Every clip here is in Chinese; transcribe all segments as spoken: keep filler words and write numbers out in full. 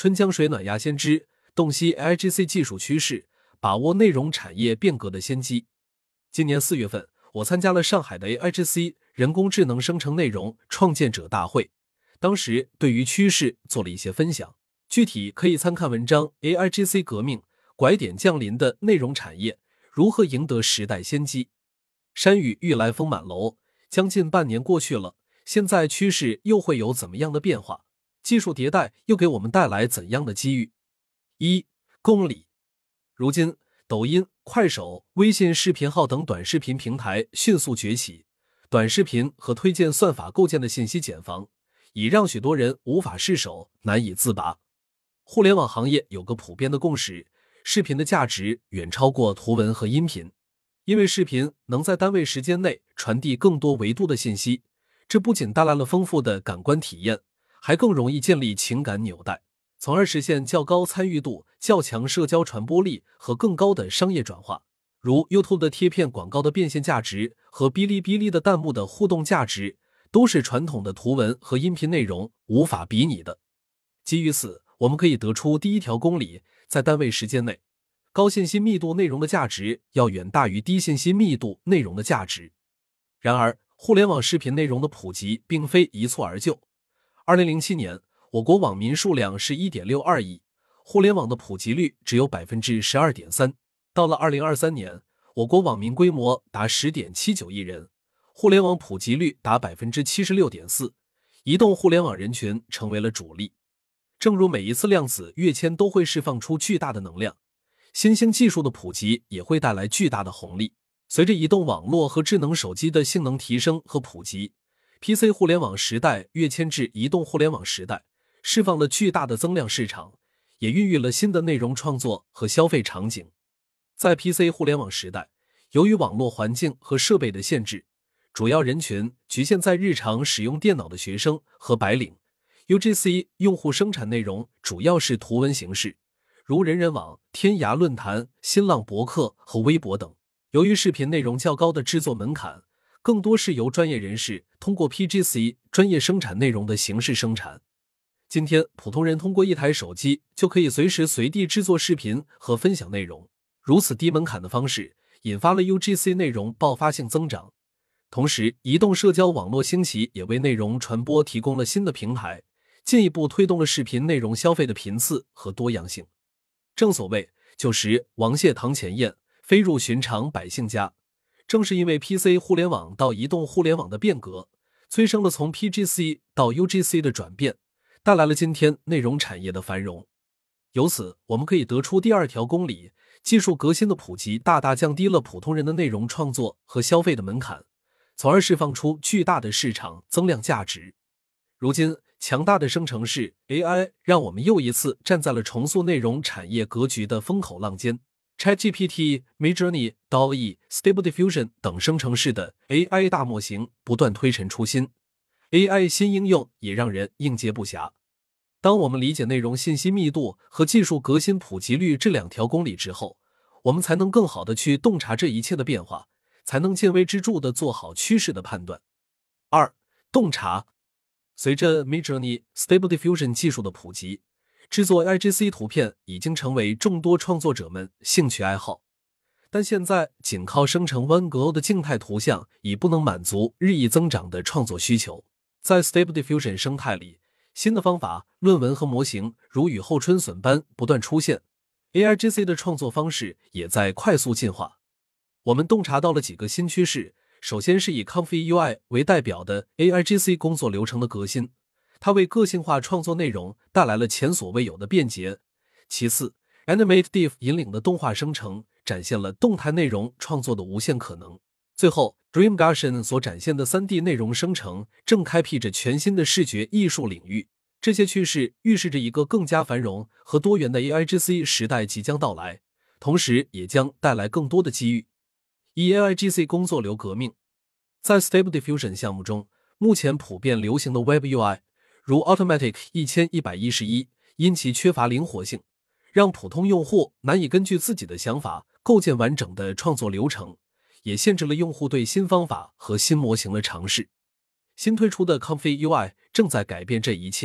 春江水暖鸭先知，洞悉 A I G C 技术趋势，把握内容产业变革的先机。今年四月份，我参加了上海的 A I G C 人工智能生成内容创建者大会，当时对于趋势做了一些分享，具体可以参看文章 A I G C 革命，拐点降临的内容产业如何赢得时代先机。山雨欲来风满楼，将近半年过去了，现在趋势又会有怎么样的变化？技术迭代又给我们带来怎样的机遇？一、公理。如今，抖音、快手、微信视频号等短视频平台迅速崛起，短视频和推荐算法构建的信息茧房，已让许多人无法释手，难以自拔。互联网行业有个普遍的共识，视频的价值远超过图文和音频，因为视频能在单位时间内传递更多维度的信息，这不仅带来了丰富的感官体验，还更容易建立情感纽带，从而实现较高参与度、较强社交传播力和更高的商业转化。如 YouTube 的贴片广告的变现价值和哔哩哔哩的弹幕的互动价值，都是传统的图文和音频内容无法比拟的。基于此，我们可以得出第一条公理，在单位时间内，高信息密度内容的价值要远大于低信息密度内容的价值。然而，互联网视频内容的普及并非一蹴而就。二零零七年，我国网民数量是 一点六二亿，互联网的普及率只有 百分之十二点三。到了二零二三年，我国网民规模达 十点七九亿人，互联网普及率达 百分之七十六点四， 移动互联网人群成为了主力。正如每一次量子跃迁都会释放出巨大的能量，新兴技术的普及也会带来巨大的红利。随着移动网络和智能手机的性能提升和普及， P C 互联网时代跃迁至移动互联网时代，释放了巨大的增量市场，也孕育了新的内容创作和消费场景。在 P C 互联网时代，由于网络环境和设备的限制，主要人群局限在日常使用电脑的学生和白领。U G C 用户生产内容主要是图文形式，如人人网、天涯论坛、新浪博客和微博等。由于视频内容较高的制作门槛，更多是由专业人士通过 P G C 专业生产内容的形式生产。今天，普通人通过一台手机就可以随时随地制作视频和分享内容，如此低门槛的方式引发了 U G C 内容爆发性增长。同时，移动社交网络兴起也为内容传播提供了新的平台，进一步推动了视频内容消费的频次和多样性。正所谓旧时王谢堂前燕，飞入寻常百姓家。正是因为 P C 互联网到移动互联网的变革，催生了从 P G C 到 U G C 的转变，带来了今天内容产业的繁荣。由此，我们可以得出第二条公理，技术革新的普及大大降低了普通人的内容创作和消费的门槛，从而释放出巨大的市场增量价值。如今，强大的生成式 A I 让我们又一次站在了重塑内容产业格局的风口浪尖。ChatGPT、Midjourney、D A L L-E、Stable Diffusion 等生成式的 A I 大模型不断推陈出新， A I 新应用也让人应接不暇。当我们理解内容信息密度和技术革新普及率这两条公理之后，我们才能更好的去洞察这一切的变化，才能见微知著的做好趋势的判断。二、洞察。随着 Midjourney、Stable Diffusion 技术的普及，制作 A I G C 图片已经成为众多创作者们兴趣爱好。但现在仅靠生成 One Glow 的静态图像已不能满足日益增长的创作需求。在 Stable Diffusion 生态里，新的方法、论文和模型如雨后春笋般不断出现， A I G C 的创作方式也在快速进化。我们洞察到了几个新趋势，首先是以 Comfy U I 为代表的 A I G C 工作流程的革新，它为个性化创作内容带来了前所未有的便捷。其次， AnimateDiff 引领的动画生成展现了动态内容创作的无限可能。最后， Dream Gaussian 所展现的 三 D 内容生成正开辟着全新的视觉艺术领域。这些趋势预示着一个更加繁荣和多元的 A I G C 时代即将到来，同时也将带来更多的机遇。以 A I G C 工作流革命。在 Stable Diffusion 项目中，目前普遍流行的 Web U I 如 Automatic 一千一百一十一，因其缺乏灵活性，让普通用户难以根据自己的想法构建完整的创作流程，也限制了用户对新方法和新模型的尝试。新推出的 Comfy U I 正在改变这一切。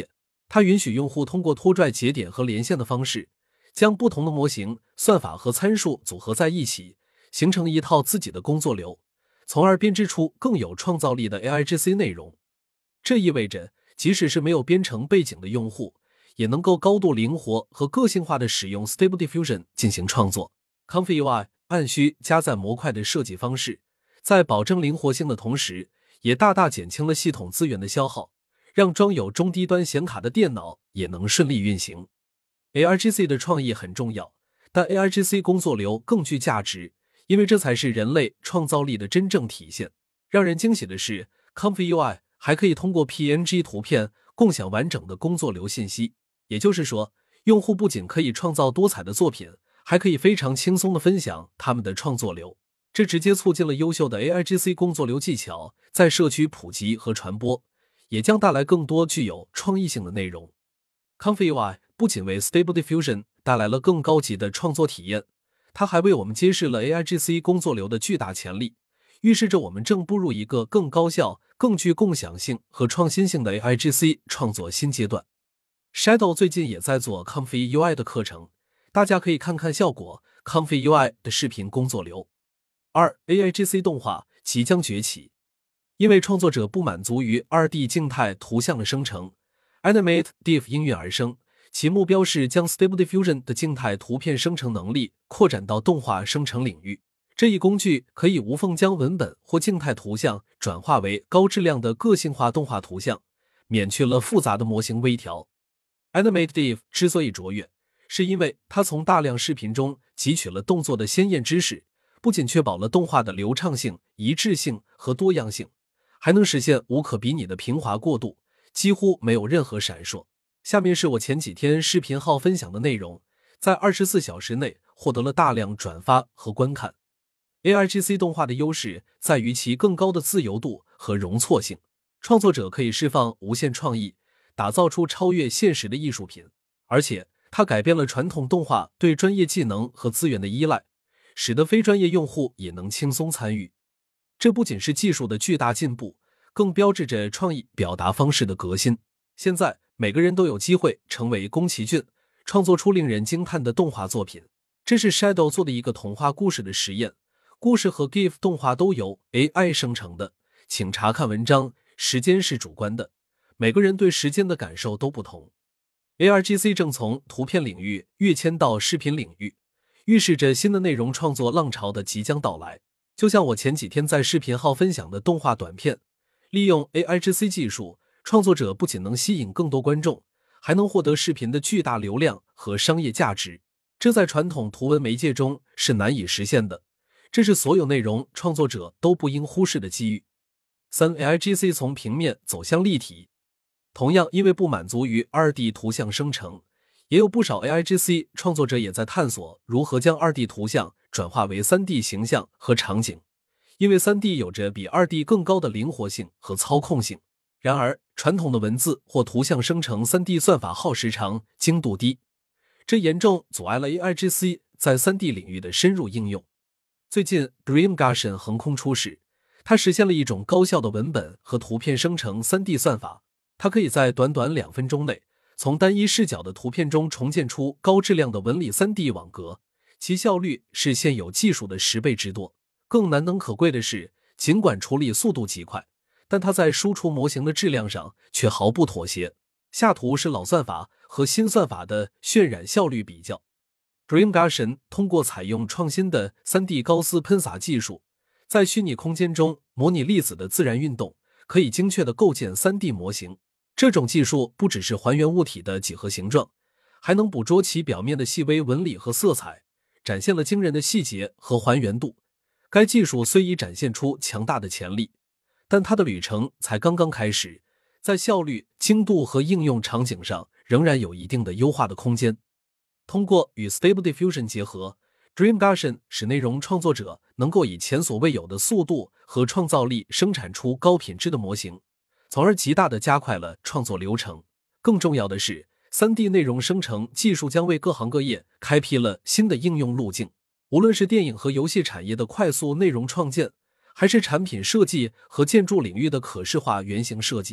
它允许用户通过拖拽节点和连线的方式，将不同的模型、算法和参数组合在一起，形成一套自己的工作流，从而编织出更有创造力的 A I G C 内容。这意味着，即使是没有编程背景的用户，也能够高度灵活和个性化地使用 Stable Diffusion 进行创作。ComfyUI 按需加载模块的设计方式，在保证灵活性的同时，也大大减轻了系统资源的消耗，让装有中低端显卡的电脑也能顺利运行。A I G C 的创意很重要，但 A I G C 工作流更具价值，因为这才是人类创造力的真正体现。让人惊喜的是 ComfyUI 还可以通过 P N G 图片共享完整的工作流信息，也就是说，用户不仅可以创造多彩的作品，还可以非常轻松地分享他们的创作流。这直接促进了优秀的 A I G C 工作流技巧在社区普及和传播，也将带来更多具有创意性的内容。ComfyUI 不仅为 Stable Diffusion 带来了更高级的创作体验，它还为我们揭示了 A I G C 工作流的巨大潜力，预示着我们正步入一个更高效、更具共享性和创新性的 A I G C 创作新阶段。Shadow 最近也在做 ComfyUI 的课程，大家可以看看效果 ComfyUI 的视频工作流。二 A I G C 动画即将崛起，因为创作者不满足于 二 D 静态图像的生成 ，AnimateDiff 应运而生，其目标是将 Stable Diffusion 的静态图片生成能力扩展到动画生成领域。这一工具可以无缝将文本或静态图像转化为高质量的个性化动画图像，免去了复杂的模型微调。AnimateDiff 之所以卓越，是因为它从大量视频中汲取了动作的鲜艳知识，不仅确保了动画的流畅性、一致性和多样性，还能实现无可比拟的平滑过渡，几乎没有任何闪烁。下面是我前几天视频号分享的内容，在二十四小时内获得了大量转发和观看。A I G C 动画的优势在于其更高的自由度和容错性，创作者可以释放无限创意，打造出超越现实的艺术品，而且它改变了传统动画对专业技能和资源的依赖，使得非专业用户也能轻松参与。这不仅是技术的巨大进步，更标志着创意表达方式的革新。现在每个人都有机会成为宫崎骏，创作出令人惊叹的动画作品。这是 Shadow 做的一个童话故事的实验，故事和 GIF 动画都由 A I 生成的，请查看文章。时间是主观的，每个人对时间的感受都不同。A I G C 正从图片领域跃迁到视频领域，预示着新的内容创作浪潮的即将到来。就像我前几天在视频号分享的动画短片，利用 A I G C 技术，创作者不仅能吸引更多观众，还能获得视频的巨大流量和商业价值，这在传统图文媒介中是难以实现的，这是所有内容创作者都不应忽视的机遇。三 A I G C 从平面走向立体，同样因为不满足于 二 D 图像生成，也有不少 A I G C 创作者也在探索如何将 二 D 图像转化为 三 D 形象和场景，因为 三 D 有着比 二 D 更高的灵活性和操控性。然而，传统的文字或图像生成 三 D 算法耗时长、精度低，这严重阻碍了 A I G C 在 三 D 领域的深入应用。最近 Dreamgation 横空出世，它实现了一种高效的文本和图片生成 三 D 算法，它可以在短短两分钟内从单一视角的图片中重建出高质量的纹理 三 D 网格，其效率是现有技术的十倍之多。更难能可贵的是，尽管处理速度极快，但它在输出模型的质量上却毫不妥协。下图是老算法和新算法的渲染效率比较。Dreamgation 通过采用创新的 三 D 高斯喷洒技术，在虚拟空间中模拟粒子的自然运动，可以精确地构建 三 D 模型。这种技术不只是还原物体的几何形状，还能捕捉其表面的细微纹理和色彩，展现了惊人的细节和还原度。该技术虽已展现出强大的潜力，但它的旅程才刚刚开始，在效率、精度和应用场景上仍然有一定的优化的空间。通过与 Stable Diffusion 结合， Dreamgation 使内容创作者能够以前所未有的速度和创造力生产出高品质的模型，从而极大地加快了创作流程。更重要的是， 三 D 内容生成技术将为各行各业开辟了新的应用路径，无论是电影和游戏产业的快速内容创建，还是产品设计和建筑领域的可视化原型设计，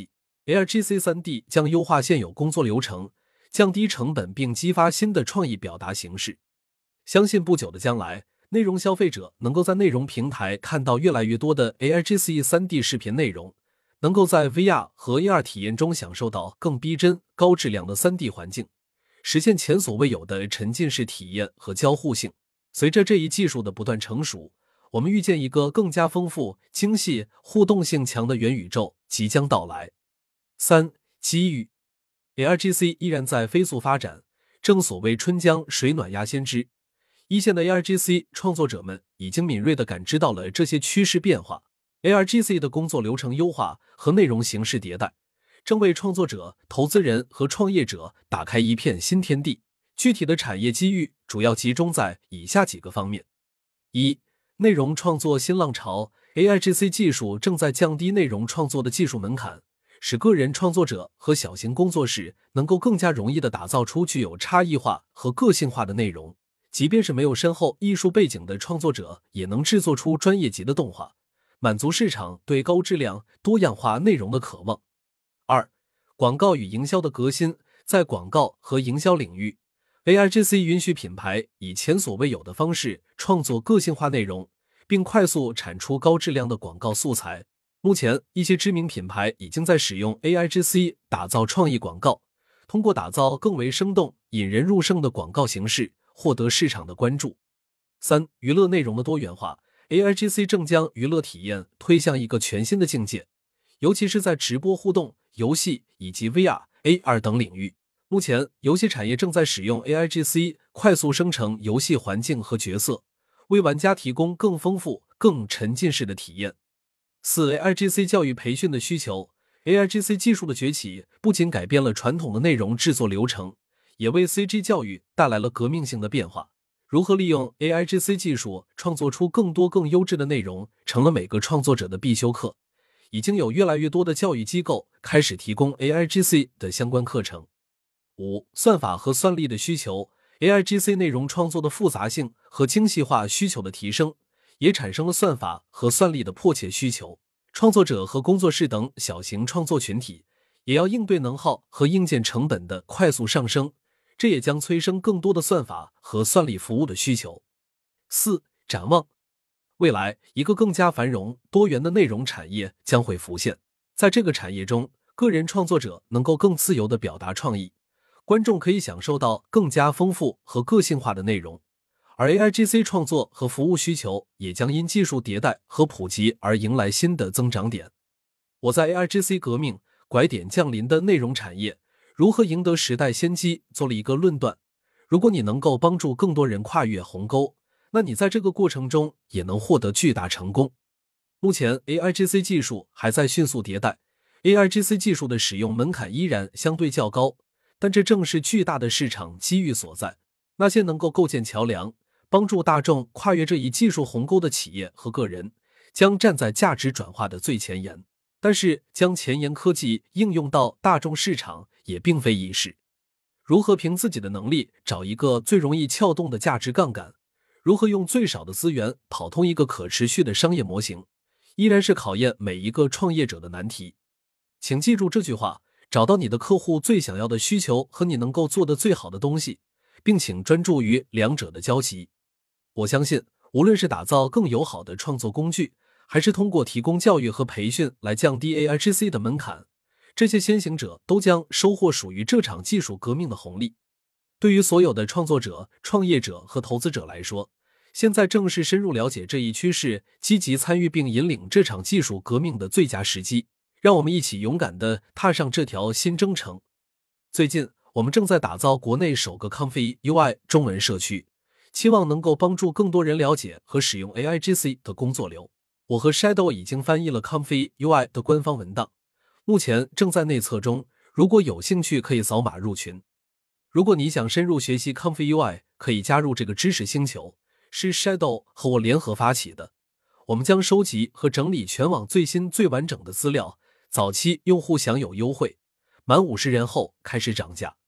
A R G C 三 D 将优化现有工作流程，降低成本并激发新的创意表达形式。相信不久的将来，内容消费者能够在内容平台看到越来越多的 A R G C 三 D 视频内容，能够在 V R 和 A R 体验中享受到更逼真、高质量的 三 D 环境，实现前所未有的沉浸式体验和交互性。随着这一技术的不断成熟，我们预见一个更加丰富、精细、互动性强的元宇宙即将到来。三、机遇 A R G C 依然在飞速发展，正所谓春江水暖鸭先知。一线的 A R G C 创作者们已经敏锐地感知到了这些趋势变化。A R G C 的工作流程优化和内容形式迭代，正为创作者、投资人和创业者打开一片新天地。具体的产业机遇主要集中在以下几个方面：一、内容创作新浪潮 ，A R G C 技术正在降低内容创作的技术门槛，使个人创作者和小型工作室能够更加容易地打造出具有差异化和个性化的内容。即便是没有深厚艺术背景的创作者，也能制作出专业级的动画，满足市场对高质量、多样化内容的渴望。二、广告与营销的革新，在广告和营销领域，A R G C 允许品牌以前所未有的方式创作个性化内容，并快速产出高质量的广告素材。目前，一些知名品牌已经在使用 A R G C 打造创意广告，通过打造更为生动、引人入胜的广告形式，获得市场的关注。三、娱乐内容的多元化 ，A R G C 正将娱乐体验推向一个全新的境界，尤其是在直播互动、游戏以及 V R、A R 等领域。目前，游戏产业正在使用 A R G C 快速生成游戏环境和角色，为玩家提供更丰富、更沉浸式的体验。四、A R G C 教育培训的需求 ，A R G C 技术的崛起不仅改变了传统的内容制作流程，也为 C G 教育带来了革命性的变化。如何利用 A R G C 技术创作出更多更优质的内容，成了每个创作者的必修课。已经有越来越多的教育机构开始提供 A R G C 的相关课程。五、算法和算力的需求 ，A R G C 内容创作的复杂性和精细化需求的提升，也产生了算法和算力的迫切需求。创作者和工作室等小型创作群体也要应对能耗和硬件成本的快速上升，这也将催生更多的算法和算力服务的需求。四、展望未来，一个更加繁荣多元的内容产业将会浮现。在这个产业中，个人创作者能够更自由地表达创意，观众可以享受到更加丰富和个性化的内容，而 A R G C 创作和服务需求也将因技术迭代和普及而迎来新的增长点。我在 A R G C 革命拐点降临的内容产业如何赢得时代先机做了一个论断。如果你能够帮助更多人跨越鸿沟，那你在这个过程中也能获得巨大成功。目前 A R G C 技术还在迅速迭代， A R G C 技术的使用门槛依然相对较高，但这正是巨大的市场机遇所在。那些能够构建桥梁，帮助大众跨越这一技术鸿沟的企业和个人，将站在价值转化的最前沿。但是，将前沿科技应用到大众市场也并非易事。如何凭自己的能力找一个最容易撬动的价值杠杆，如何用最少的资源跑通一个可持续的商业模型，依然是考验每一个创业者的难题。请记住这句话，找到你的客户最想要的需求和你能够做的最好的东西，并请专注于两者的交集。我相信，无论是打造更友好的创作工具，还是通过提供教育和培训来降低 A R G C 的门槛，这些先行者都将收获属于这场技术革命的红利。对于所有的创作者、创业者和投资者来说，现在正是深入了解这一趋势，积极参与并引领这场技术革命的最佳时机。让我们一起勇敢地踏上这条新征程。最近，我们正在打造国内首个 Comfy U I 中文社区，期望能够帮助更多人了解和使用 A R G C 的工作流。我和 Shadow 已经翻译了 Comfy U I 的官方文档，目前正在内测中，如果有兴趣可以扫码入群。如果你想深入学习 Comfy U I， 可以加入这个知识星球，是 Shadow 和我联合发起的。我们将收集和整理全网最新最完整的资料，早期用户享有优惠，满五十人后开始涨价。